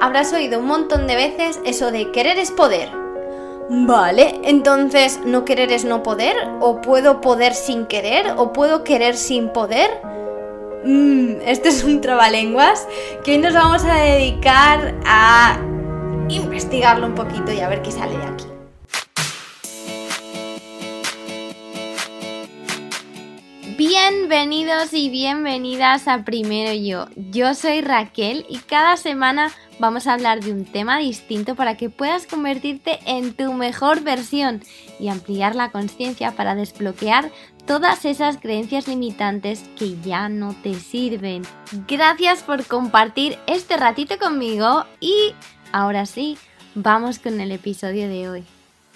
habrás oído un montón de veces eso de querer es poder. Vale, entonces ¿no querer es no poder? ¿O puedo poder sin querer? ¿O puedo querer sin poder? Este es un trabalenguas que hoy nos vamos a dedicar a investigarlo un poquito y a ver qué sale de aquí. Bienvenidos y bienvenidas a Primero Yo. Yo soy Raquel y cada semana vamos a hablar de un tema distinto para que puedas convertirte en tu mejor versión y ampliar la conciencia para desbloquear todas esas creencias limitantes que ya no te sirven. Gracias por compartir este ratito conmigo y ahora sí, vamos con el episodio de hoy.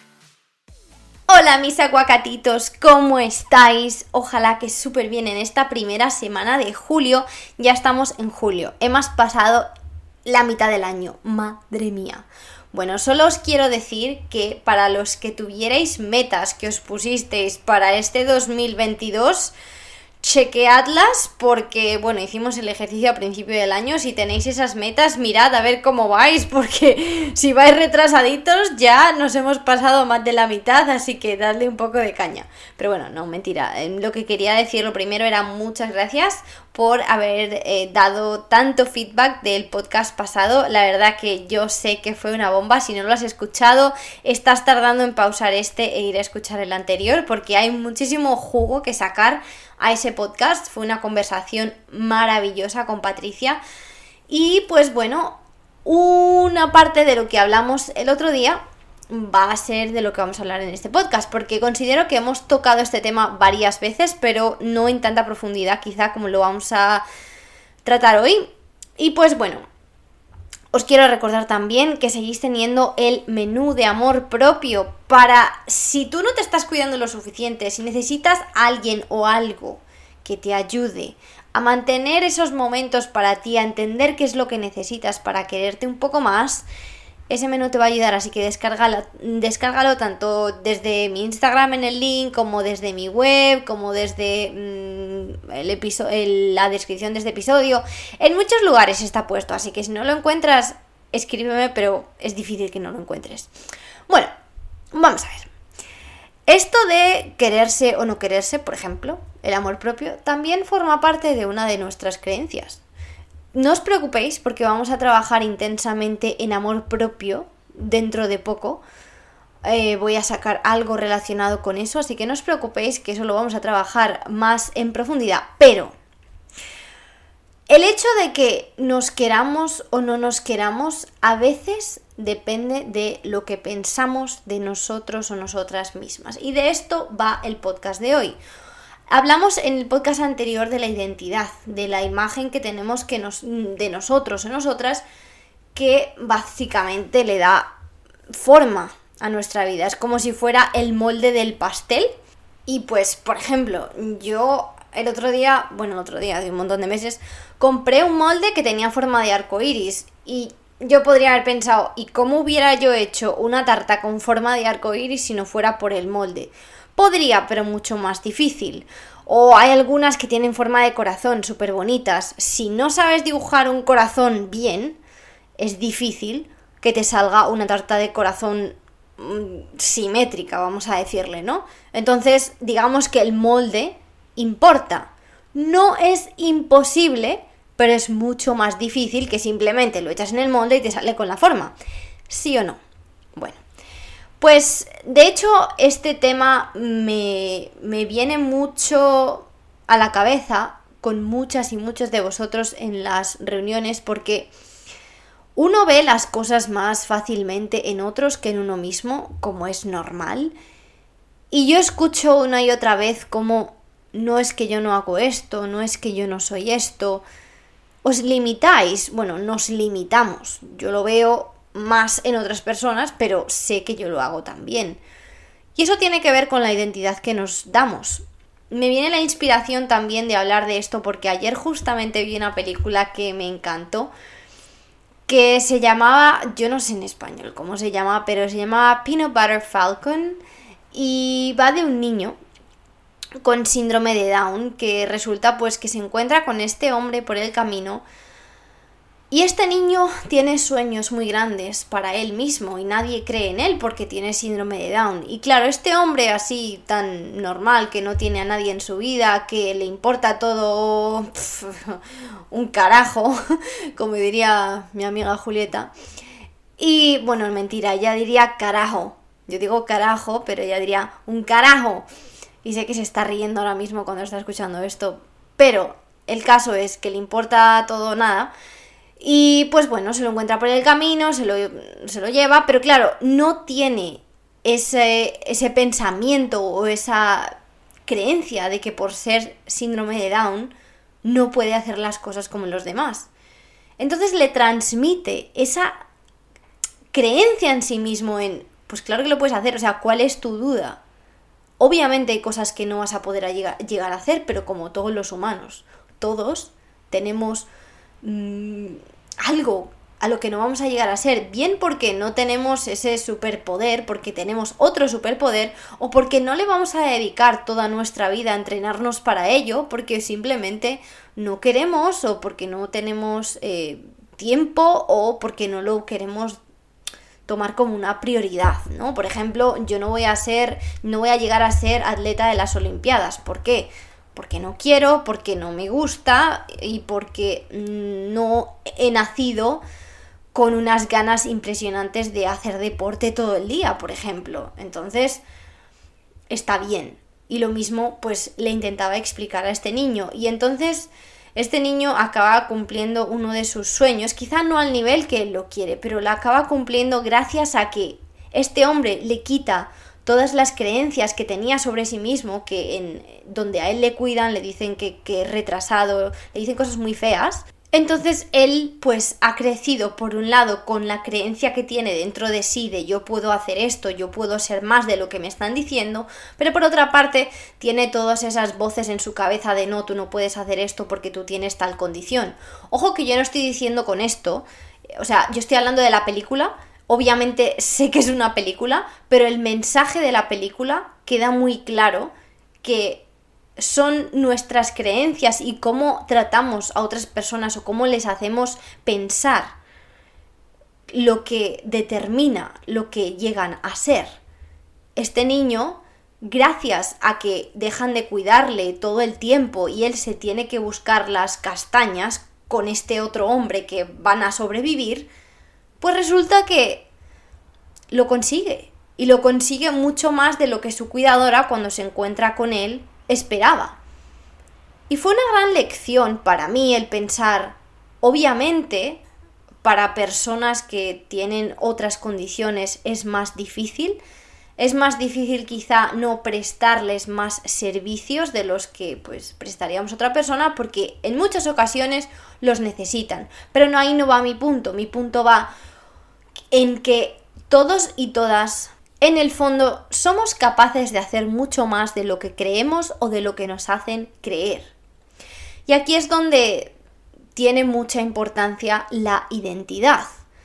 Hola mis aguacatitos, ¿cómo estáis? Ojalá que súper bien en esta primera semana de julio. Ya estamos en julio, hemos pasado la mitad del año, madre mía. Bueno, solo os quiero decir que para los que tuvierais metas que os pusisteis para este 2022, chequeadlas porque, bueno, hicimos el ejercicio a principio del año. Si tenéis esas metas, mirad a ver cómo vais, porque si vais retrasaditos ya nos hemos pasado más de la mitad, así que dadle un poco de caña. Pero bueno, no, mentira. Lo que quería decir, lo primero era muchas gracias por haber dado tanto feedback del podcast pasado. La verdad que yo sé que fue una bomba. Si no lo has escuchado, estás tardando en pausar este e ir a escuchar el anterior, porque hay muchísimo jugo que sacar a ese podcast. Fue una conversación maravillosa con Patricia y pues bueno, una parte de lo que hablamos el otro día va a ser de lo que vamos a hablar en este podcast, porque considero que hemos tocado este tema varias veces, pero no en tanta profundidad quizá como lo vamos a tratar hoy. Y pues bueno, os quiero recordar también que seguís teniendo el menú de amor propio para si tú no te estás cuidando lo suficiente, si necesitas a alguien o algo que te ayude a mantener esos momentos para ti, a entender qué es lo que necesitas para quererte un poco más, ese menú te va a ayudar, así que descárgalo tanto desde mi Instagram en el link, como desde mi web, como desde la descripción de este episodio. En muchos lugares está puesto, así que si no lo encuentras, escríbeme, pero es difícil que no lo encuentres. Bueno, vamos a ver. Esto de quererse o no quererse, por ejemplo, el amor propio, también forma parte de una de nuestras creencias. No os preocupéis porque vamos a trabajar intensamente en amor propio dentro de poco. Voy a sacar algo relacionado con eso, así que no os preocupéis que eso lo vamos a trabajar más en profundidad. Pero el hecho de que nos queramos o no nos queramos a veces depende de lo que pensamos de nosotros o nosotras mismas. Y de esto va el podcast de hoy. Hablamos en el podcast anterior de la identidad, de la imagen que tenemos de nosotros o nosotras, que básicamente le da forma a nuestra vida. Es como si fuera el molde del pastel. Y pues, por ejemplo, yo el otro día, hace un montón de meses, compré un molde que tenía forma de arco iris. Y yo podría haber pensado, ¿y cómo hubiera yo hecho una tarta con forma de arco iris si no fuera por el molde? Podría, pero mucho más difícil. O hay algunas que tienen forma de corazón, súper bonitas. Si no sabes dibujar un corazón bien, es difícil que te salga una tarta de corazón simétrica, vamos a decirle, ¿no? Entonces, digamos que el molde importa. No es imposible, pero es mucho más difícil que simplemente lo echas en el molde y te sale con la forma. ¿Sí o no? Bueno. Pues, de hecho, este tema me viene mucho a la cabeza con muchas y muchos de vosotros en las reuniones, porque uno ve las cosas más fácilmente en otros que en uno mismo, como es normal, y yo escucho una y otra vez como no es que yo no hago esto, no es que yo no soy esto, os limitáis, bueno, nos limitamos, yo lo veo más en otras personas, pero sé que yo lo hago también. Y eso tiene que ver con la identidad que nos damos. Me viene la inspiración también de hablar de esto porque ayer justamente vi una película que me encantó, que se llamaba, yo no sé en español cómo se llama, pero se llamaba Peanut Butter Falcon y va de un niño con síndrome de Down que resulta pues que se encuentra con este hombre por el camino Y este niño tiene sueños muy grandes para él mismo y nadie cree en él porque tiene síndrome de Down. Y claro, este hombre así tan normal, que no tiene a nadie en su vida, que le importa todo un carajo, como diría mi amiga Julieta. Y bueno, mentira, ella diría carajo. Yo digo carajo, pero ella diría un carajo. Y sé que se está riendo ahora mismo cuando está escuchando esto. Pero el caso es que le importa todo o nada. Y pues bueno, se lo encuentra por el camino, se lo lleva, pero claro, no tiene ese pensamiento o esa creencia de que por ser síndrome de Down no puede hacer las cosas como los demás. Entonces le transmite esa creencia en sí mismo en, pues claro que lo puedes hacer, o sea, ¿cuál es tu duda? Obviamente hay cosas que no vas a poder llegar a hacer, pero como todos los humanos, todos tenemos algo a lo que no vamos a llegar a ser, bien porque no tenemos ese superpoder, porque tenemos otro superpoder, o porque no le vamos a dedicar toda nuestra vida a entrenarnos para ello, porque simplemente no queremos, o porque no tenemos tiempo, o porque no lo queremos tomar como una prioridad, ¿no? Por ejemplo, yo no voy a llegar a ser atleta de las Olimpiadas. ¿Por qué? Porque no quiero, porque no me gusta y porque no he nacido con unas ganas impresionantes de hacer deporte todo el día, por ejemplo. Entonces, está bien. Y lo mismo, pues, le intentaba explicar a este niño. Y entonces, este niño acaba cumpliendo uno de sus sueños, quizá no al nivel que él lo quiere, pero lo acaba cumpliendo gracias a que este hombre le quita todas las creencias que tenía sobre sí mismo, que donde a él le cuidan, le dicen que es retrasado, le dicen cosas muy feas. Entonces él pues ha crecido por un lado con la creencia que tiene dentro de sí de yo puedo hacer esto, yo puedo ser más de lo que me están diciendo, pero por otra parte tiene todas esas voces en su cabeza de no, tú no puedes hacer esto porque tú tienes tal condición. Ojo que yo no estoy diciendo con esto, o sea, yo estoy hablando de la película. Obviamente sé que es una película, pero el mensaje de la película queda muy claro que son nuestras creencias y cómo tratamos a otras personas o cómo les hacemos pensar lo que determina lo que llegan a ser. Este niño, gracias a que dejan de cuidarle todo el tiempo y él se tiene que buscar las castañas con este otro hombre que van a sobrevivir, pues resulta que lo consigue. Y lo consigue mucho más de lo que su cuidadora, cuando se encuentra con él, esperaba. Y fue una gran lección para mí el pensar, obviamente, para personas que tienen otras condiciones es más difícil quizá no prestarles más servicios de los que pues prestaríamos a otra persona porque en muchas ocasiones los necesitan. Pero no, ahí no va mi punto va en que todos y todas, en el fondo, somos capaces de hacer mucho más de lo que creemos o de lo que nos hacen creer. Y aquí es donde tiene mucha importancia la identidad.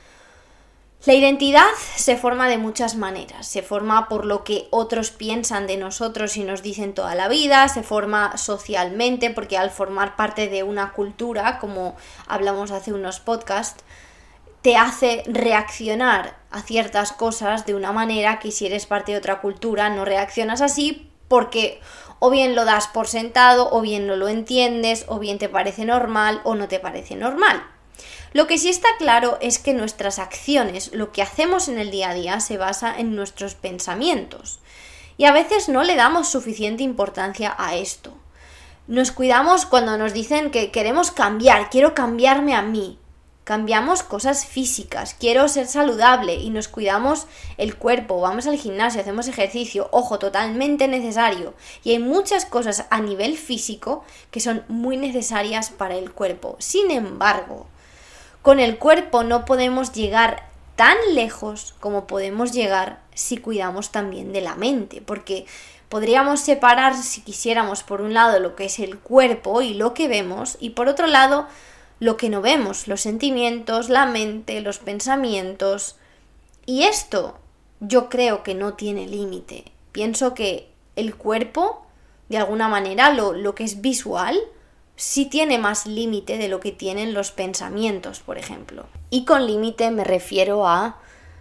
La identidad se forma de muchas maneras. Se forma por lo que otros piensan de nosotros y nos dicen toda la vida, se forma socialmente porque al formar parte de una cultura, como hablamos hace unos podcasts, te hace reaccionar a ciertas cosas de una manera que si eres parte de otra cultura no reaccionas así porque o bien lo das por sentado, o bien no lo entiendes, o bien te parece normal o no te parece normal. Lo que sí está claro es que nuestras acciones, lo que hacemos en el día a día, se basa en nuestros pensamientos. Y a veces no le damos suficiente importancia a esto. Nos cuidamos cuando nos dicen que queremos cambiar, quiero cambiarme a mí. Cambiamos cosas físicas, quiero ser saludable y nos cuidamos el cuerpo, vamos al gimnasio, hacemos ejercicio, ojo, totalmente necesario. Y hay muchas cosas a nivel físico que son muy necesarias para el cuerpo. Sin embargo, con el cuerpo no podemos llegar tan lejos como podemos llegar si cuidamos también de la mente, porque podríamos separar, si quisiéramos, por un lado lo que es el cuerpo y lo que vemos, y por otro lado lo que no vemos, los sentimientos, la mente, los pensamientos. Y esto yo creo que no tiene límite. Pienso que el cuerpo, de alguna manera, lo que es visual, sí tiene más límite de lo que tienen los pensamientos, por ejemplo. Y con límite me refiero a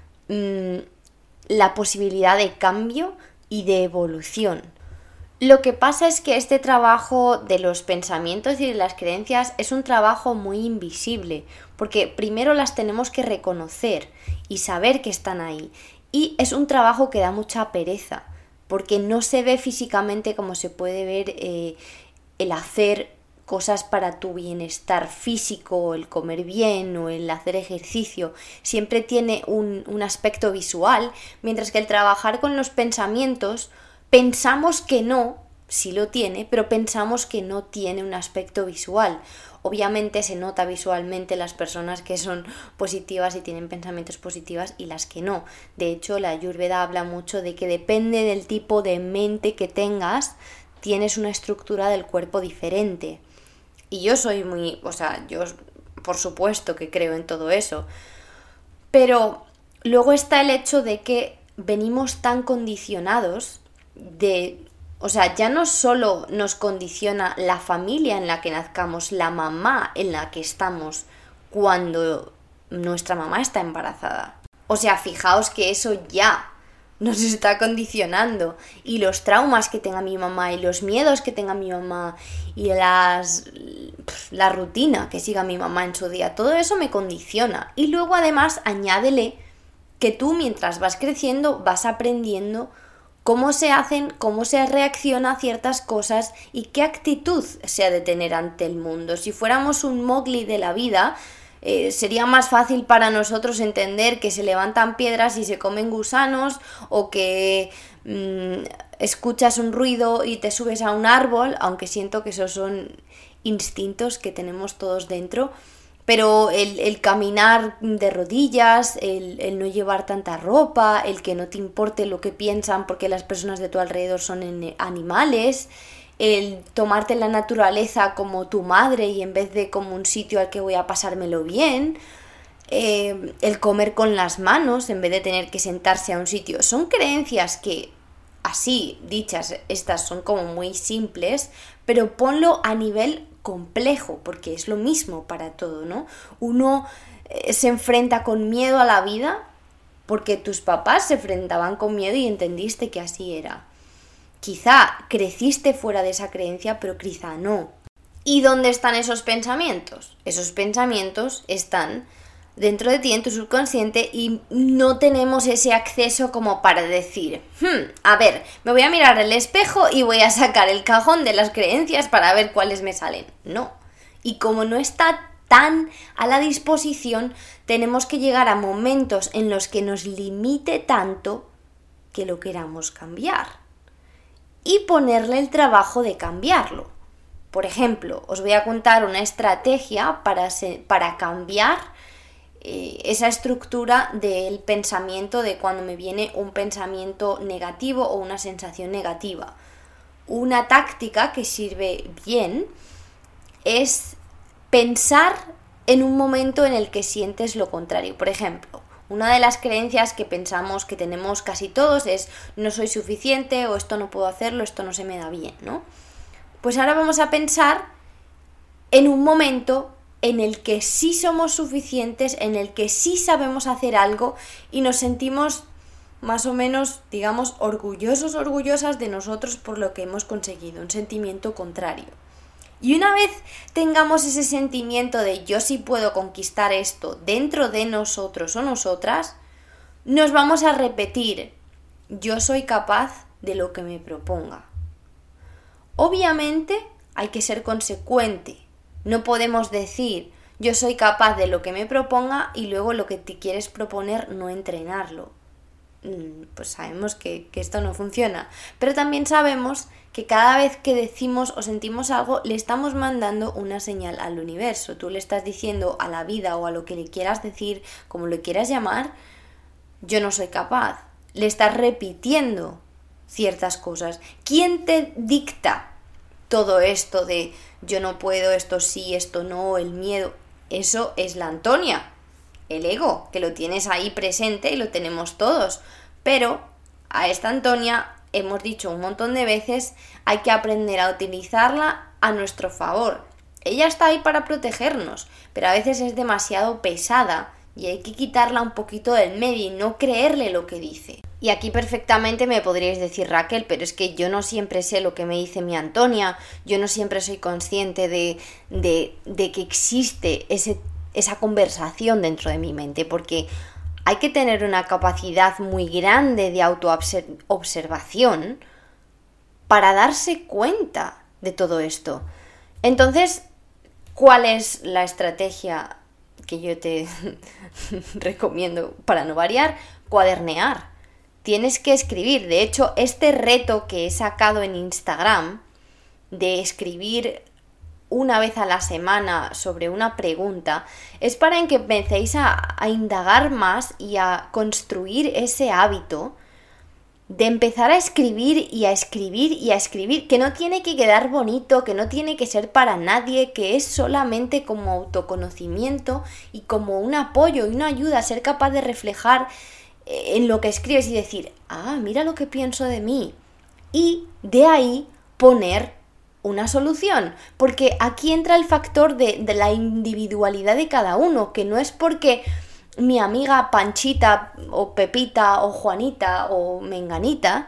la posibilidad de cambio y de evolución. Lo que pasa es que este trabajo de los pensamientos y de las creencias es un trabajo muy invisible, porque primero las tenemos que reconocer y saber que están ahí. Y es un trabajo que da mucha pereza, porque no se ve físicamente como se puede ver el hacer cosas para tu bienestar físico, o el comer bien o el hacer ejercicio. Siempre tiene un aspecto visual, mientras que el trabajar con los pensamientos pensamos que no, sí lo tiene, pero pensamos que no tiene un aspecto visual. Obviamente se nota visualmente las personas que son positivas y tienen pensamientos positivos y las que no. De hecho, la Ayurveda habla mucho de que depende del tipo de mente que tengas, tienes una estructura del cuerpo diferente. Y yo soy yo por supuesto que creo en todo eso. Pero luego está el hecho de que venimos tan condicionados ya no solo nos condiciona la familia en la que nazcamos, la mamá en la que estamos cuando nuestra mamá está embarazada. O sea, fijaos que eso ya nos está condicionando. Y los traumas que tenga mi mamá y los miedos que tenga mi mamá y la rutina que siga mi mamá en su día, todo eso me condiciona. Y luego además añádele que tú mientras vas creciendo vas aprendiendo cómo se hacen, cómo se reacciona a ciertas cosas y qué actitud se ha de tener ante el mundo. Si fuéramos un Mowgli de la vida, sería más fácil para nosotros entender que se levantan piedras y se comen gusanos, o que escuchas un ruido y te subes a un árbol, aunque siento que esos son instintos que tenemos todos dentro. Pero el caminar de rodillas, el no llevar tanta ropa, el que no te importe lo que piensan porque las personas de tu alrededor son animales, el tomarte la naturaleza como tu madre y en vez de como un sitio al que voy a pasármelo bien, el comer con las manos en vez de tener que sentarse a un sitio. Son creencias que, así dichas, estas son como muy simples, pero ponlo a nivel complejo, porque es lo mismo para todo, ¿no? Uno se enfrenta con miedo a la vida porque tus papás se enfrentaban con miedo y entendiste que así era. Quizá creciste fuera de esa creencia, pero quizá no. ¿Y dónde están esos pensamientos? Esos pensamientos están dentro de ti, en tu subconsciente, y no tenemos ese acceso como para decir, a ver, me voy a mirar el espejo y voy a sacar el cajón de las creencias para ver cuáles me salen. No. Y como no está tan a la disposición, tenemos que llegar a momentos en los que nos limite tanto que lo queramos cambiar. Y ponerle el trabajo de cambiarlo. Por ejemplo, os voy a contar una estrategia para cambiar esa estructura del pensamiento de cuando me viene un pensamiento negativo o una sensación negativa. Una táctica que sirve bien es pensar en un momento en el que sientes lo contrario. Por ejemplo, una de las creencias que pensamos que tenemos casi todos es no soy suficiente, o esto no puedo hacerlo, esto no se me da bien, ¿no? Pues ahora vamos a pensar en un momento en el que sí somos suficientes, en el que sí sabemos hacer algo y nos sentimos más o menos, digamos, orgullosas de nosotros por lo que hemos conseguido, un sentimiento contrario. Y una vez tengamos ese sentimiento de yo sí puedo conquistar esto dentro de nosotros o nosotras, nos vamos a repetir yo soy capaz de lo que me proponga. Obviamente hay que ser consecuente. No podemos decir yo soy capaz de lo que me proponga y luego lo que te quieres proponer no entrenarlo. Pues sabemos que esto no funciona. Pero también sabemos que cada vez que decimos o sentimos algo le estamos mandando una señal al universo. Tú le estás diciendo a la vida o a lo que le quieras decir, como lo quieras llamar, yo no soy capaz. Le estás repitiendo ciertas cosas. ¿Quién te dicta todo esto de yo no puedo, esto sí, esto no, el miedo? Eso es la Antonia, el ego, que lo tienes ahí presente y lo tenemos todos. Pero a esta Antonia, hemos dicho un montón de veces, hay que aprender a utilizarla a nuestro favor. ella está ahí para protegernos, pero a veces es demasiado pesada y hay que quitarla un poquito del medio y no creerle lo que dice. Y aquí perfectamente me podríais decir, Raquel, pero es que yo no siempre sé lo que me dice mi Antonia, yo no siempre soy consciente de que existe esa conversación dentro de mi mente, porque hay que tener una capacidad muy grande de autoobservación para darse cuenta de todo esto. Entonces, ¿cuál es la estrategia que yo te recomiendo para no variar? Cuadernear. Tienes que escribir. De hecho, este reto que he sacado en Instagram de escribir una vez a la semana sobre una pregunta es para que empecéis a indagar más y a construir ese hábito de empezar a escribir y a escribir y a escribir, que no tiene que quedar bonito, que no tiene que ser para nadie, que es solamente como autoconocimiento y como un apoyo y una ayuda a ser capaz de reflejar en lo que escribes y decir, mira lo que pienso de mí, y de ahí poner una solución, porque aquí entra el factor de la individualidad de cada uno, que no es porque mi amiga Panchita o Pepita o Juanita o Menganita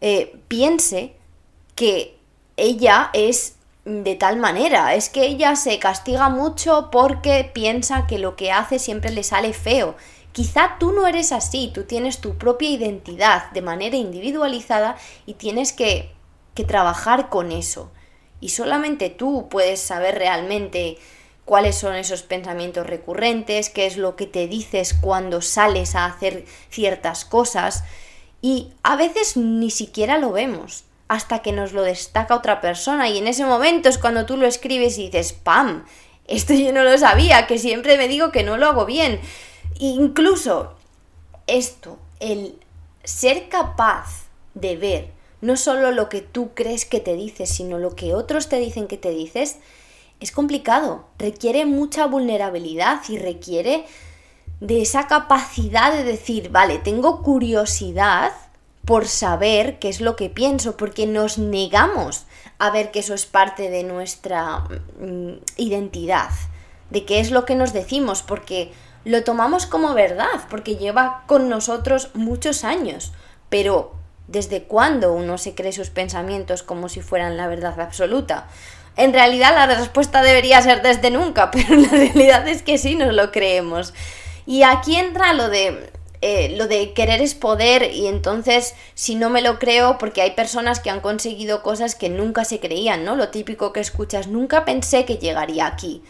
piense que ella es de tal manera, es que ella se castiga mucho porque piensa que lo que hace siempre le sale feo. Quizá tú no eres así, tú tienes tu propia identidad de manera individualizada y tienes que trabajar con eso. Y solamente tú puedes saber realmente cuáles son esos pensamientos recurrentes, qué es lo que te dices cuando sales a hacer ciertas cosas. Y a veces ni siquiera lo vemos hasta que nos lo destaca otra persona. Y en ese momento es cuando tú lo escribes y dices, ¡pam! Esto yo no lo sabía, que siempre me digo que no lo hago bien. Incluso esto, el ser capaz de ver no solo lo que tú crees que te dices, sino lo que otros te dicen que te dices, es complicado, requiere mucha vulnerabilidad y requiere de esa capacidad de decir, vale, tengo curiosidad por saber qué es lo que pienso, porque nos negamos a ver que eso es parte de nuestra identidad, de qué es lo que nos decimos, porque lo tomamos como verdad, porque lleva con nosotros muchos años, pero ¿desde cuándo uno se cree sus pensamientos como si fueran la verdad absoluta? En realidad la respuesta debería ser desde nunca, pero la realidad es que sí nos lo creemos. Y aquí entra lo de querer es poder, y entonces si no me lo creo, porque hay personas que han conseguido cosas que nunca se creían, ¿no? Lo típico que escuchas, nunca pensé que llegaría aquí.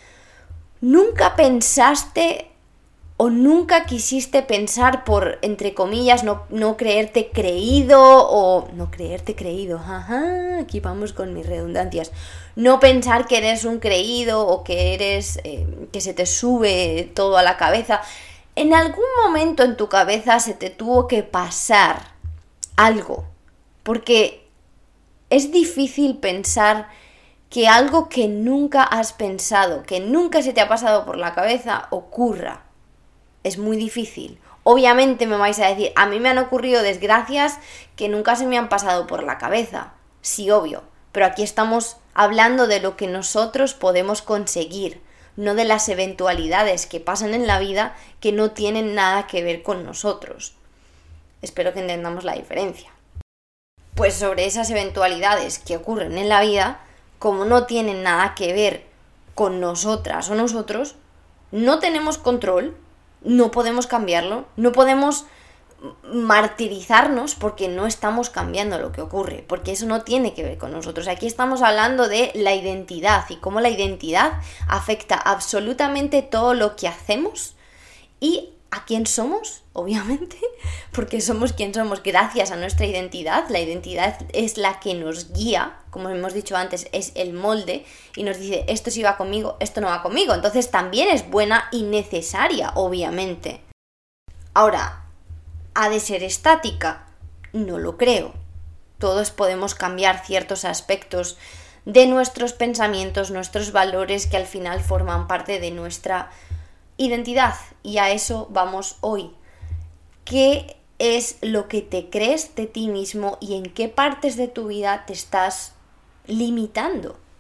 Nunca pensaste o nunca quisiste pensar por, entre comillas, no creerte creído o no creerte creído, aquí vamos con mis redundancias, no pensar que eres un creído o que eres, que se te sube todo a la cabeza. En algún momento en tu cabeza se te tuvo que pasar algo, porque es difícil pensar que algo que nunca has pensado, que nunca se te ha pasado por la cabeza, ocurra. Es muy difícil. Obviamente me vais a decir, a mí me han ocurrido desgracias que nunca se me han pasado por la cabeza. Sí, obvio. Pero aquí estamos hablando de lo que nosotros podemos conseguir, no de las eventualidades que pasan en la vida que no tienen nada que ver con nosotros. Espero que entendamos la diferencia. Pues sobre esas eventualidades que ocurren en la vida, como no tienen nada que ver con nosotras o nosotros, no tenemos control. No podemos cambiarlo, no podemos martirizarnos porque no estamos cambiando lo que ocurre, porque eso no tiene que ver con nosotros. Aquí estamos hablando de la identidad y cómo la identidad afecta absolutamente todo lo que hacemos y a quién somos, obviamente, porque somos quien somos gracias a nuestra identidad. La identidad es la que nos guía, como hemos dicho antes, es el molde y nos dice esto sí va conmigo, esto no va conmigo. Entonces también es buena y necesaria, obviamente. Ahora, ¿ha de ser estática? No lo creo. Todos podemos cambiar ciertos aspectos de nuestros pensamientos, nuestros valores que al final forman parte de nuestra identidad, y a eso vamos hoy. ¿Qué es lo que te crees de ti mismo y en qué partes de tu vida te estás limitando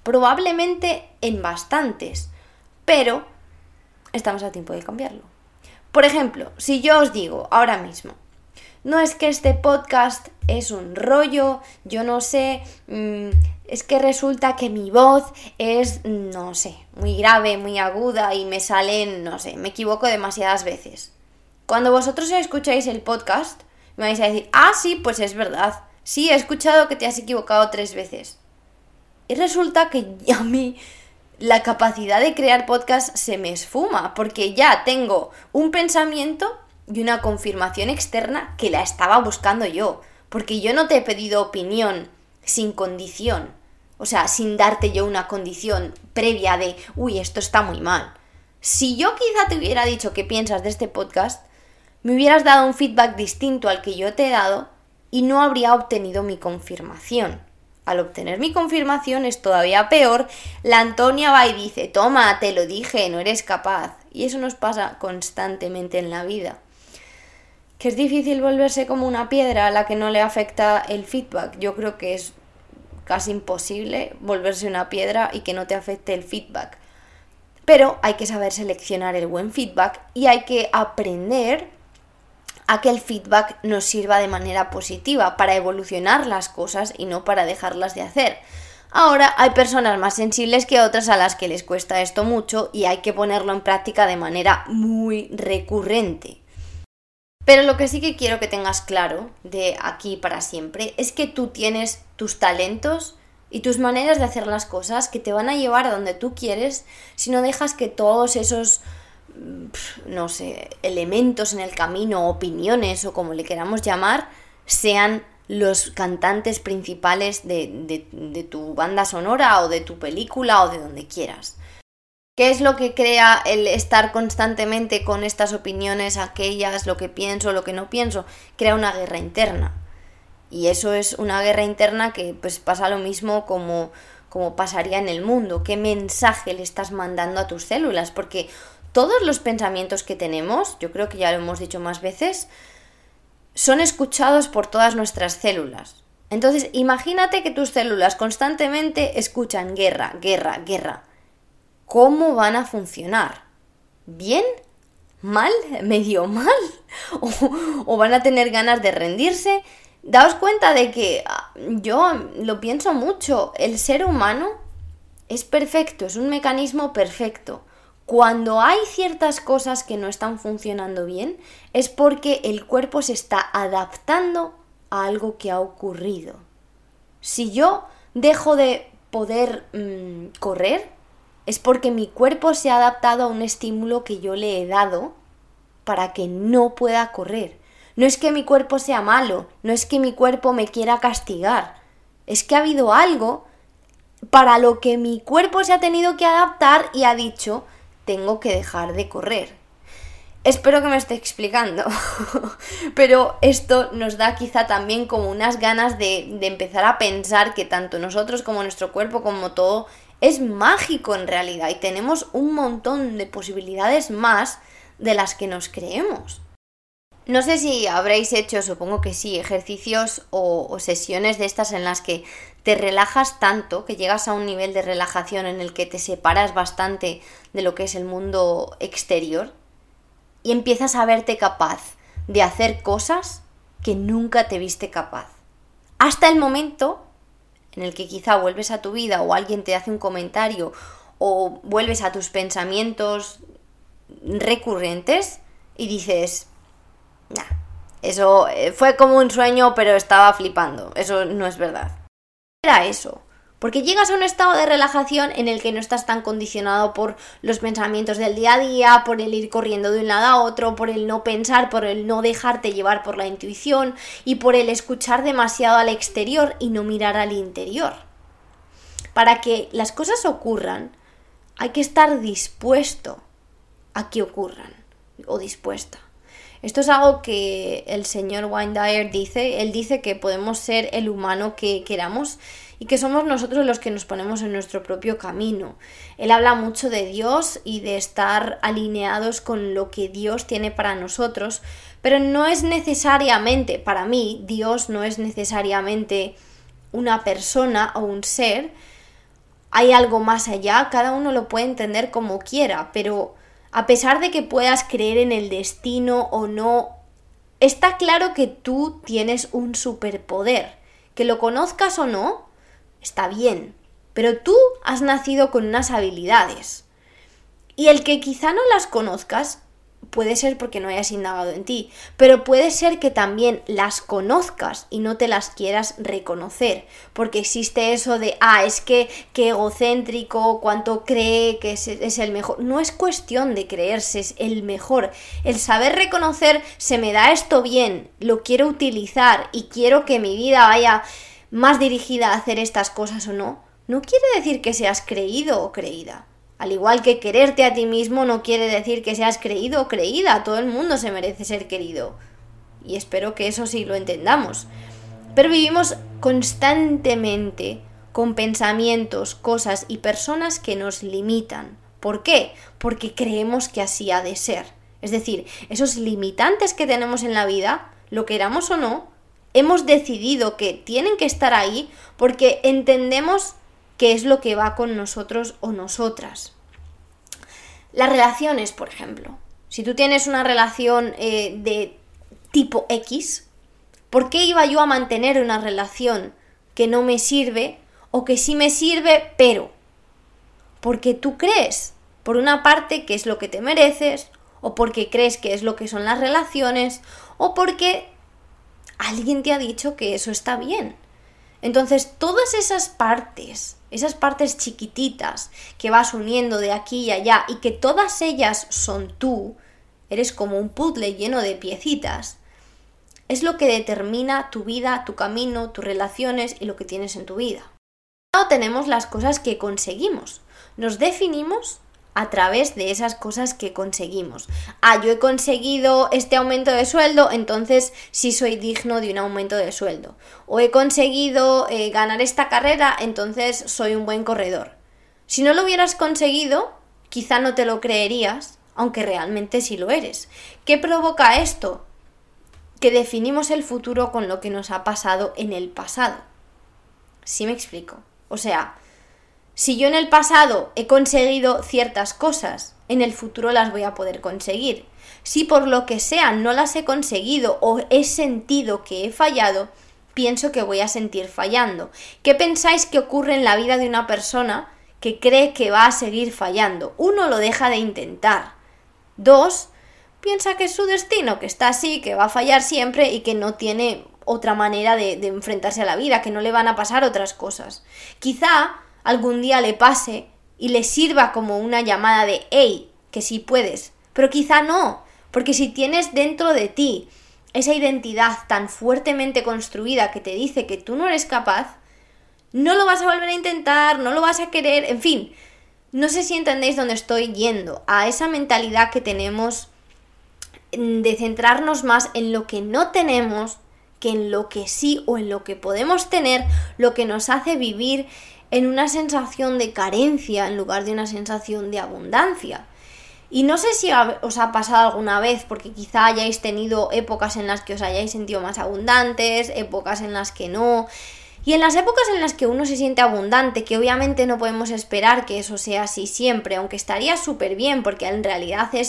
Probablemente en bastantes, pero estamos a tiempo de cambiarlo. Por ejemplo, si yo os digo ahora mismo, no es que este podcast es un rollo, yo no sé, es que resulta que mi voz es, no sé, muy grave, muy aguda y me salen, no sé, me equivoco demasiadas veces. Cuando vosotros escucháis el podcast, me vais a decir, sí, pues es verdad, sí, he escuchado que te has equivocado 3 veces. Y resulta que a mí la capacidad de crear podcast se me esfuma, porque ya tengo un pensamiento y una confirmación externa que la estaba buscando yo, porque yo no te he pedido opinión sin condición, o sea, sin darte yo una condición previa de, esto está muy mal. Si yo quizá te hubiera dicho qué piensas de este podcast, me hubieras dado un feedback distinto al que yo te he dado y no habría obtenido mi confirmación. Al obtener mi confirmación es todavía peor, la Antonia va y dice, toma, te lo dije, no eres capaz. Y eso nos pasa constantemente en la vida. Que es difícil volverse como una piedra a la que no le afecta el feedback. Yo creo que es casi imposible volverse una piedra y que no te afecte el feedback. Pero hay que saber seleccionar el buen feedback y hay que aprender a que el feedback nos sirva de manera positiva para evolucionar las cosas y no para dejarlas de hacer. Ahora hay personas más sensibles que otras a las que les cuesta esto mucho y hay que ponerlo en práctica de manera muy recurrente. Pero lo que sí que quiero que tengas claro de aquí para siempre es que tú tienes tus talentos y tus maneras de hacer las cosas que te van a llevar a donde tú quieres si no dejas que todos esos, no sé, elementos en el camino, opiniones o como le queramos llamar, sean los cantantes principales de tu banda sonora o de tu película o de donde quieras. ¿Qué es lo que crea el estar constantemente con estas opiniones, aquellas, lo que pienso, lo que no pienso? Crea una guerra interna. Y eso es una guerra interna que pues pasa lo mismo como pasaría en el mundo. ¿Qué mensaje le estás mandando a tus células? Porque todos los pensamientos que tenemos, yo creo que ya lo hemos dicho más veces, son escuchados por todas nuestras células. Entonces, imagínate que tus células constantemente escuchan guerra, guerra, guerra. ¿Cómo van a funcionar? ¿Bien? ¿Mal? ¿Medio mal? ¿O van a tener ganas de rendirse? Daos cuenta de que yo lo pienso mucho. El ser humano es perfecto, es un mecanismo perfecto. Cuando hay ciertas cosas que no están funcionando bien, es porque el cuerpo se está adaptando a algo que ha ocurrido. Si yo dejo de poder correr, es porque mi cuerpo se ha adaptado a un estímulo que yo le he dado para que no pueda correr. No es que mi cuerpo sea malo, no es que mi cuerpo me quiera castigar. Es que ha habido algo para lo que mi cuerpo se ha tenido que adaptar y ha dicho, tengo que dejar de correr. Espero que me esté explicando, pero esto nos da quizá también como unas ganas de empezar a pensar que tanto nosotros como nuestro cuerpo, como todo, es mágico en realidad y tenemos un montón de posibilidades más de las que nos creemos. No sé si habréis hecho, supongo que sí, ejercicios o sesiones de estas en las que te relajas tanto, que llegas a un nivel de relajación en el que te separas bastante de lo que es el mundo exterior y empiezas a verte capaz de hacer cosas que nunca te viste capaz. Hasta el momento en el que quizá vuelves a tu vida o alguien te hace un comentario o vuelves a tus pensamientos recurrentes y dices, eso fue como un sueño pero estaba flipando, eso no es verdad. Era eso, porque llegas a un estado de relajación en el que no estás tan condicionado por los pensamientos del día a día, por el ir corriendo de un lado a otro, por el no pensar, por el no dejarte llevar por la intuición y por el escuchar demasiado al exterior y no mirar al interior. Para que las cosas ocurran, hay que estar dispuesto a que ocurran, o dispuesta. Esto es algo que el señor Wayne Dyer dice. Él dice que podemos ser el humano que queramos y que somos nosotros los que nos ponemos en nuestro propio camino. Él habla mucho de Dios y de estar alineados con lo que Dios tiene para nosotros, pero no es necesariamente, para mí, Dios no es necesariamente una persona o un ser. hay algo más allá, cada uno lo puede entender como quiera, pero a pesar de que puedas creer en el destino o no, está claro que tú tienes un superpoder. Que lo conozcas o no, está bien, pero tú has nacido con unas habilidades. Y el que quizá no las conozcas, puede ser porque no hayas indagado en ti, pero puede ser que también las conozcas y no te las quieras reconocer, porque existe eso de, es que qué egocéntrico, cuánto cree que es el mejor. No es cuestión de creerse, es el mejor. El saber reconocer, se me da esto bien, lo quiero utilizar y quiero que mi vida vaya más dirigida a hacer estas cosas o no, no quiere decir que seas creído o creída. Al igual que quererte a ti mismo no quiere decir que seas creído o creída. Todo el mundo se merece ser querido. Y espero que eso sí lo entendamos. Pero vivimos constantemente con pensamientos, cosas y personas que nos limitan. ¿Por qué? Porque creemos que así ha de ser. Es decir, esos limitantes que tenemos en la vida, lo queramos o no, hemos decidido que tienen que estar ahí porque entendemos qué es lo que va con nosotros o nosotras. Las relaciones, por ejemplo. Si tú tienes una relación de tipo X, ¿por qué iba yo a mantener una relación que no me sirve o que sí me sirve, pero? Porque tú crees, por una parte, que es lo que te mereces, o porque crees que es lo que son las relaciones, o porque alguien te ha dicho que eso está bien. Entonces, todas esas partes chiquititas que vas uniendo de aquí y allá y que todas ellas son tú, eres como un puzzle lleno de piecitas, es lo que determina tu vida, tu camino, tus relaciones y lo que tienes en tu vida. Luego tenemos las cosas que conseguimos. Nos definimos a través de esas cosas que conseguimos. Yo he conseguido este aumento de sueldo, entonces sí soy digno de un aumento de sueldo. O he conseguido ganar esta carrera, entonces soy un buen corredor. Si no lo hubieras conseguido, quizá no te lo creerías, aunque realmente sí lo eres. ¿Qué provoca esto? Que definimos el futuro con lo que nos ha pasado en el pasado. ¿Sí me explico? O sea, si yo en el pasado he conseguido ciertas cosas, en el futuro las voy a poder conseguir. Si por lo que sea no las he conseguido o he sentido que he fallado, pienso que voy a seguir fallando. ¿Qué pensáis que ocurre en la vida de una persona que cree que va a seguir fallando? 1, lo deja de intentar. 2, piensa que es su destino, que está así, que va a fallar siempre y que no tiene otra manera de enfrentarse a la vida, que no le van a pasar otras cosas. Quizá algún día le pase y le sirva como una llamada de ¡hey! Que sí puedes, pero quizá no, porque si tienes dentro de ti esa identidad tan fuertemente construida que te dice que tú no eres capaz, no lo vas a volver a intentar, no lo vas a querer, en fin, no sé si entendéis dónde estoy yendo, a esa mentalidad que tenemos de centrarnos más en lo que no tenemos que en lo que sí o en lo que podemos tener, lo que nos hace vivir en una sensación de carencia en lugar de una sensación de abundancia. Y no sé si os ha pasado alguna vez, porque quizá hayáis tenido épocas en las que os hayáis sentido más abundantes, épocas en las que no. Y en las épocas en las que uno se siente abundante, que obviamente no podemos esperar que eso sea así siempre, aunque estaría súper bien, porque en realidad es...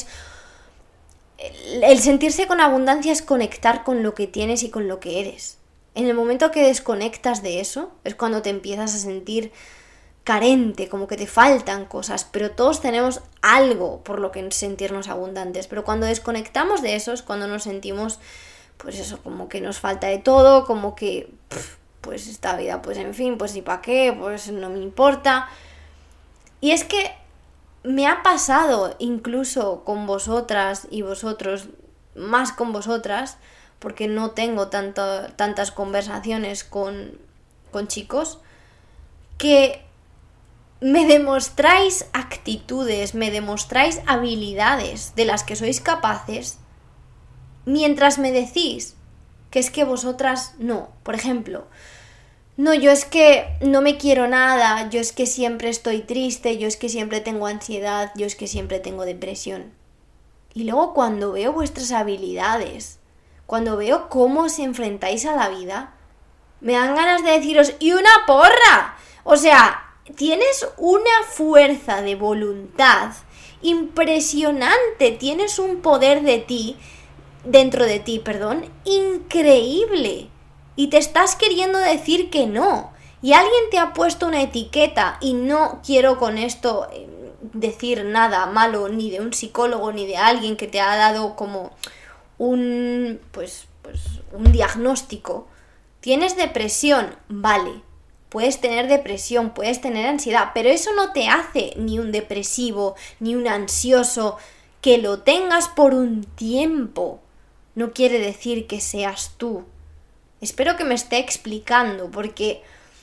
El sentirse con abundancia es conectar con lo que tienes y con lo que eres. En el momento que desconectas de eso, es cuando te empiezas a sentir carente, como que te faltan cosas, pero todos tenemos algo por lo que sentirnos abundantes, pero cuando desconectamos de eso es cuando nos sentimos, pues eso, como que nos falta de todo, como que, pues esta vida, pues en fin, pues y para qué, pues no me importa. Y es que me ha pasado incluso con vosotras y vosotros, más con vosotras, porque no tengo tantas conversaciones con chicos, que me demostráis actitudes, me demostráis habilidades de las que sois capaces, mientras me decís que es que vosotras no. Por ejemplo, no, yo es que no me quiero nada, yo es que siempre estoy triste, yo es que siempre tengo ansiedad, yo es que siempre tengo depresión. Y luego cuando veo vuestras habilidades, cuando veo cómo os enfrentáis a la vida, me dan ganas de deciros ¡y una porra! O sea, tienes una fuerza de voluntad impresionante, tienes un poder dentro de ti, increíble. Y te estás queriendo decir que no. Y alguien te ha puesto una etiqueta, y no quiero con esto decir nada malo ni de un psicólogo ni de alguien que te ha dado como un diagnóstico. Tienes depresión, vale. Puedes tener depresión, puedes tener ansiedad, pero eso no te hace ni un depresivo, ni un ansioso. Que lo tengas por un tiempo no quiere decir que seas tú. Espero que me esté explicando, porque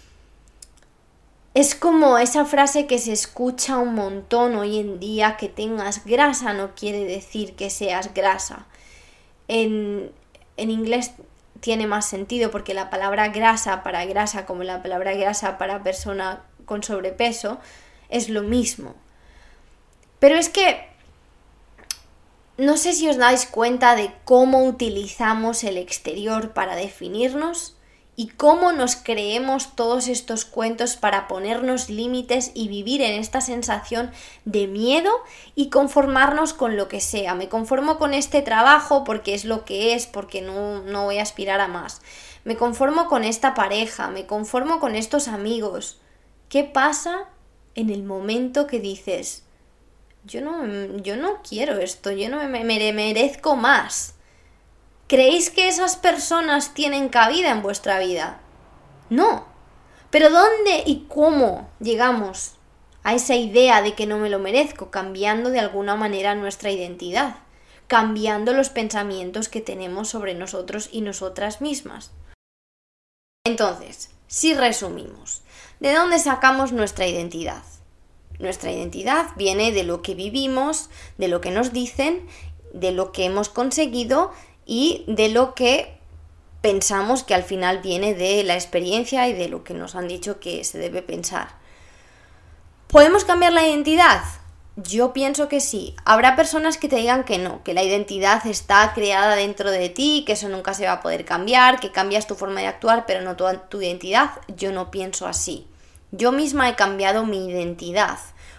es como esa frase que se escucha un montón hoy en día: que tengas grasa no quiere decir que seas grasa. En inglés tiene más sentido, porque la palabra grasa para grasa, como la palabra grasa para persona con sobrepeso, es lo mismo. Pero es que no sé si os dais cuenta de cómo utilizamos el exterior para definirnos y cómo nos creemos todos estos cuentos para ponernos límites y vivir en esta sensación de miedo y conformarnos con lo que sea. Me conformo con este trabajo porque es lo que es, porque no voy a aspirar a más. Me conformo con esta pareja, me conformo con estos amigos. ¿Qué pasa en el momento que dices: yo no quiero esto, yo no me merezco más? ¿Creéis que esas personas tienen cabida en vuestra vida? No. ¿Pero dónde y cómo llegamos a esa idea de que no me lo merezco? Cambiando de alguna manera nuestra identidad, cambiando los pensamientos que tenemos sobre nosotros y nosotras mismas. Entonces, si resumimos, ¿de dónde sacamos nuestra identidad? Nuestra identidad viene de lo que vivimos, de lo que nos dicen, de lo que hemos conseguido y de lo que pensamos, que al final viene de la experiencia y de lo que nos han dicho que se debe pensar. ¿Podemos cambiar la identidad? Yo pienso que sí. Habrá personas que te digan que no, que la identidad está creada dentro de ti, que eso nunca se va a poder cambiar, que cambias tu forma de actuar, pero no tu identidad. Yo no pienso así. Yo misma he cambiado mi identidad.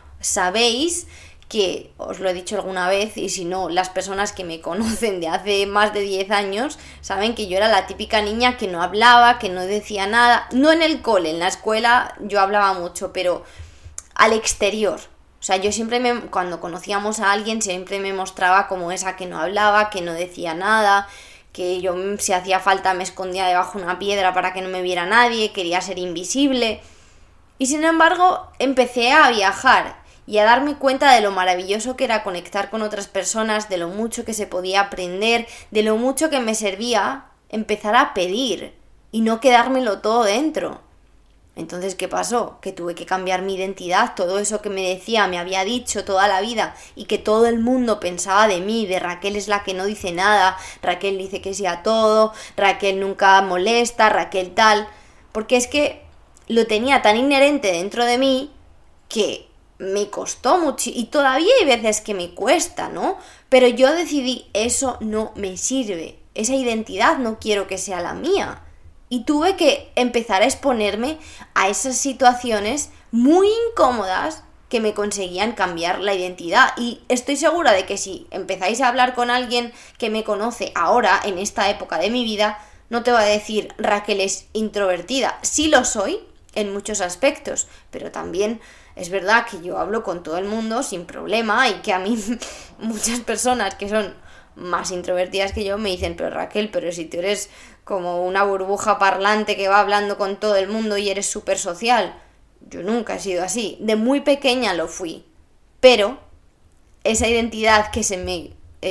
Sabéis que, os lo he dicho alguna vez, y si no, las personas que me conocen de hace más de 10 años saben que yo era la típica niña que no hablaba, que no decía nada. No en el cole, en la escuela yo hablaba mucho, pero al exterior. O sea, yo siempre cuando conocíamos a alguien siempre me mostraba como esa que no hablaba, que no decía nada, que yo, si hacía falta, me escondía debajo de una piedra para que no me viera nadie, quería ser invisible. Y sin embargo, empecé a viajar y a darme cuenta de lo maravilloso que era conectar con otras personas, de lo mucho que se podía aprender, de lo mucho que me servía empezar a pedir y no quedármelo todo dentro. Entonces, ¿qué pasó? Que tuve que cambiar mi identidad, todo eso que me decía, me había dicho toda la vida y que todo el mundo pensaba de mí, de Raquel es la que no dice nada, Raquel dice que sí a todo, Raquel nunca molesta, Raquel tal, porque es que lo tenía tan inherente dentro de mí que me costó mucho, y todavía hay veces que me cuesta, ¿no? Pero yo decidí, eso no me sirve, esa identidad no quiero que sea la mía. Y tuve que empezar a exponerme a esas situaciones muy incómodas que me conseguían cambiar la identidad. Y estoy segura de que si empezáis a hablar con alguien que me conoce ahora, en esta época de mi vida, no te va a decir Raquel es introvertida. Sí lo soy en muchos aspectos, pero también es verdad que yo hablo con todo el mundo sin problema, y que a mí muchas personas que son más introvertidas que yo me dicen: pero Raquel, pero si tú eres como una burbuja parlante que va hablando con todo el mundo y eres súper social. Yo nunca he sido así, de muy pequeña lo fui, pero esa identidad que se me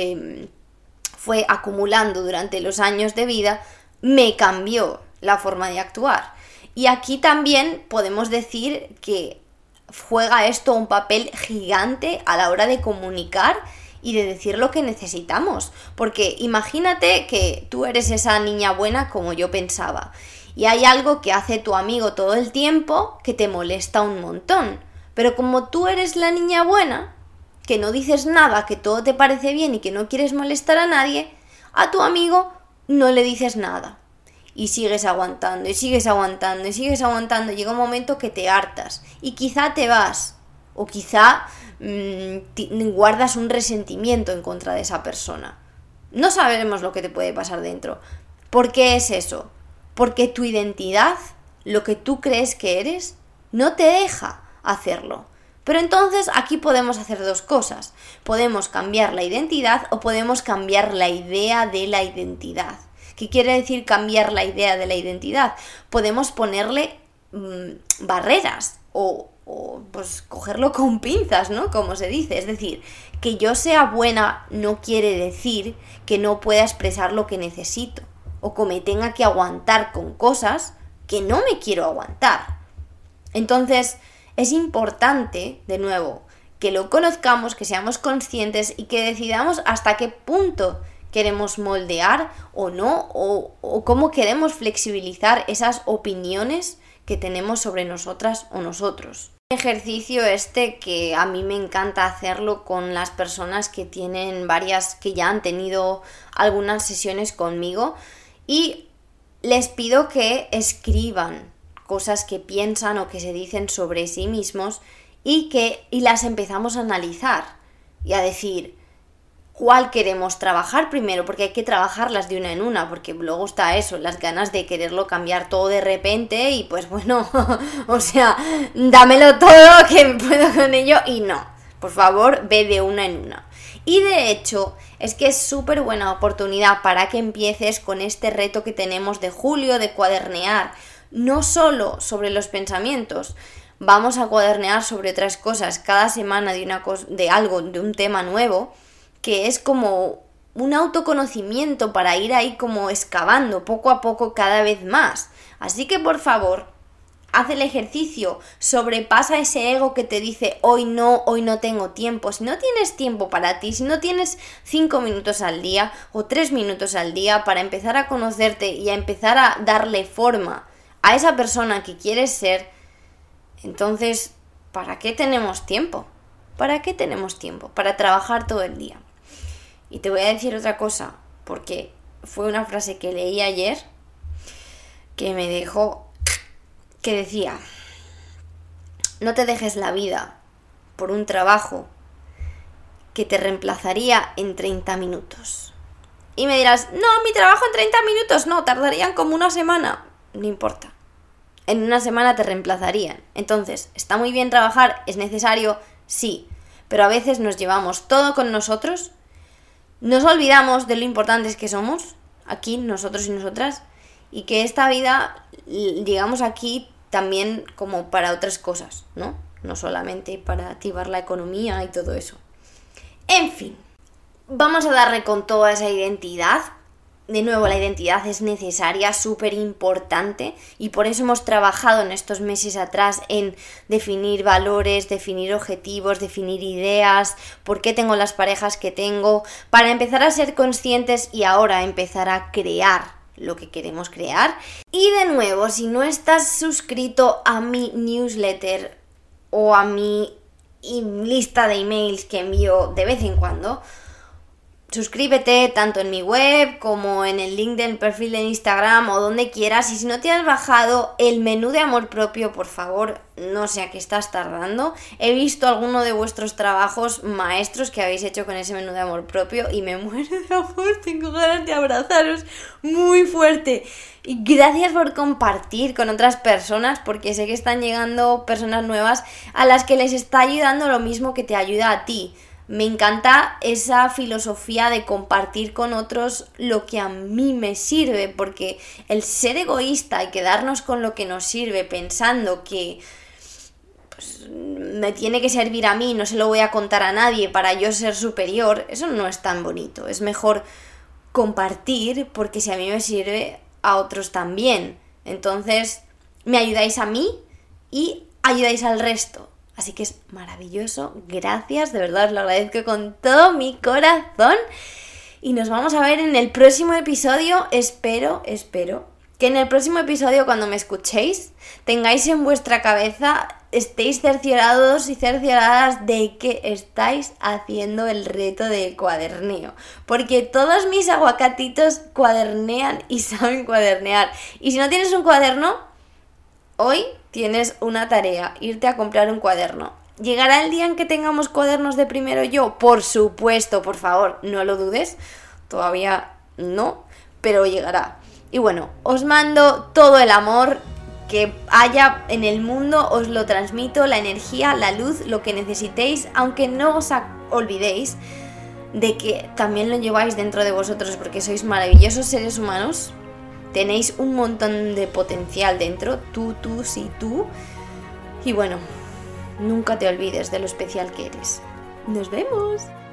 fue acumulando durante los años de vida me cambió la forma de actuar. Y aquí también podemos decir que juega esto un papel gigante a la hora de comunicar y de decir lo que necesitamos, porque imagínate que tú eres esa niña buena como yo pensaba, y hay algo que hace tu amigo todo el tiempo que te molesta un montón, pero como tú eres la niña buena, que no dices nada, que todo te parece bien y que no quieres molestar a nadie, a tu amigo no le dices nada. y sigues aguantando, y sigues aguantando, y sigues aguantando, llega un momento que te hartas y quizá te vas, o quizá guardas un resentimiento en contra de esa persona. No sabemos lo que te puede pasar dentro. ¿Por qué es eso? Porque tu identidad, lo que tú crees que eres, no te deja hacerlo. Pero entonces aquí podemos hacer dos cosas. Podemos cambiar la identidad o podemos cambiar la idea de la identidad. ¿Qué quiere decir cambiar la idea de la identidad? Podemos ponerle barreras o pues cogerlo con pinzas, ¿no? Como se dice. Es decir, que yo sea buena no quiere decir que no pueda expresar lo que necesito o que me tenga que aguantar con cosas que no me quiero aguantar. Entonces, es importante, de nuevo, que lo conozcamos, que seamos conscientes y que decidamos hasta qué punto queremos moldear o no, o cómo queremos flexibilizar esas opiniones que tenemos sobre nosotras o nosotros. Un ejercicio que a mí me encanta hacerlo con las personas que tienen que ya han tenido algunas sesiones conmigo, y les pido que escriban cosas que piensan o que se dicen sobre sí mismos y las empezamos a analizar y a decir cuál queremos trabajar primero, porque hay que trabajarlas de una en una, porque luego está eso, las ganas de quererlo cambiar todo de repente y pues bueno, o sea, dámelo todo que puedo con ello, y no, por favor, ve de una en una. Y de hecho, es que es súper buena oportunidad para que empieces con este reto que tenemos de julio de cuadernear, no solo sobre los pensamientos. Vamos a cuadernear sobre otras cosas cada semana de un tema nuevo, que es como un autoconocimiento para ir ahí como excavando poco a poco cada vez más. Así que por favor, haz el ejercicio, sobrepasa ese ego que te dice hoy no tengo tiempo. Si no tienes tiempo para ti, si no tienes 5 minutos al día o 3 minutos al día para empezar a conocerte y a empezar a darle forma a esa persona que quieres ser, entonces, ¿para qué tenemos tiempo? ¿Para qué tenemos tiempo? Para trabajar todo el día. Y te voy a decir otra cosa, porque fue una frase que leí ayer que me dejó, que decía: no te dejes la vida por un trabajo que te reemplazaría en 30 minutos. Y me dirás, no, mi trabajo en 30 minutos, no, tardarían como una semana. No importa. En una semana te reemplazarían. Entonces, ¿está muy bien trabajar? ¿Es necesario? Sí. Pero a veces nos llevamos todo con nosotros, nos olvidamos de lo importantes que somos, aquí, nosotros y nosotras, y que esta vida llegamos aquí también como para otras cosas, ¿no? No solamente para activar la economía y todo eso. En fin, vamos a darle con toda esa identidad. De nuevo, la identidad es necesaria, súper importante, y por eso hemos trabajado en estos meses atrás en definir valores, definir objetivos, definir ideas, por qué tengo las parejas que tengo, para empezar a ser conscientes y ahora empezar a crear lo que queremos crear. Y de nuevo, si no estás suscrito a mi newsletter o a mi lista de emails que envío de vez en cuando, suscríbete tanto en mi web como en el link del perfil de Instagram o donde quieras. Y si no te has bajado el menú de amor propio, por favor, no sé a qué estás tardando. He visto alguno de vuestros trabajos maestros que habéis hecho con ese menú de amor propio y me muero de amor, tengo ganas de abrazaros muy fuerte. Y gracias por compartir con otras personas, porque sé que están llegando personas nuevas a las que les está ayudando lo mismo que te ayuda a ti. Me encanta esa filosofía de compartir con otros lo que a mí me sirve, porque el ser egoísta y quedarnos con lo que nos sirve pensando que pues, me tiene que servir a mí, no se lo voy a contar a nadie para yo ser superior, eso no es tan bonito. Es mejor compartir, porque si a mí me sirve, a otros también. Entonces me ayudáis a mí y ayudáis al resto. Así que es maravilloso, gracias, de verdad os lo agradezco con todo mi corazón. Y nos vamos a ver en el próximo episodio, espero que en el próximo episodio, cuando me escuchéis, tengáis en vuestra cabeza, estéis cerciorados y cercioradas de que estáis haciendo el reto de cuaderneo. Porque todos mis aguacatitos cuadernean y saben cuadernear. Y si no tienes un cuaderno, hoy tienes una tarea, irte a comprar un cuaderno. ¿Llegará el día en que tengamos cuadernos de primero yo? Por supuesto, por favor, no lo dudes. Todavía no, pero llegará. Y bueno, os mando todo el amor que haya en el mundo, os lo transmito, la energía, la luz, lo que necesitéis, aunque no os olvidéis de que también lo lleváis dentro de vosotros, porque sois maravillosos seres humanos, tenéis un montón de potencial dentro, tú, sí, tú, y bueno, nunca te olvides de lo especial que eres. ¡Nos vemos!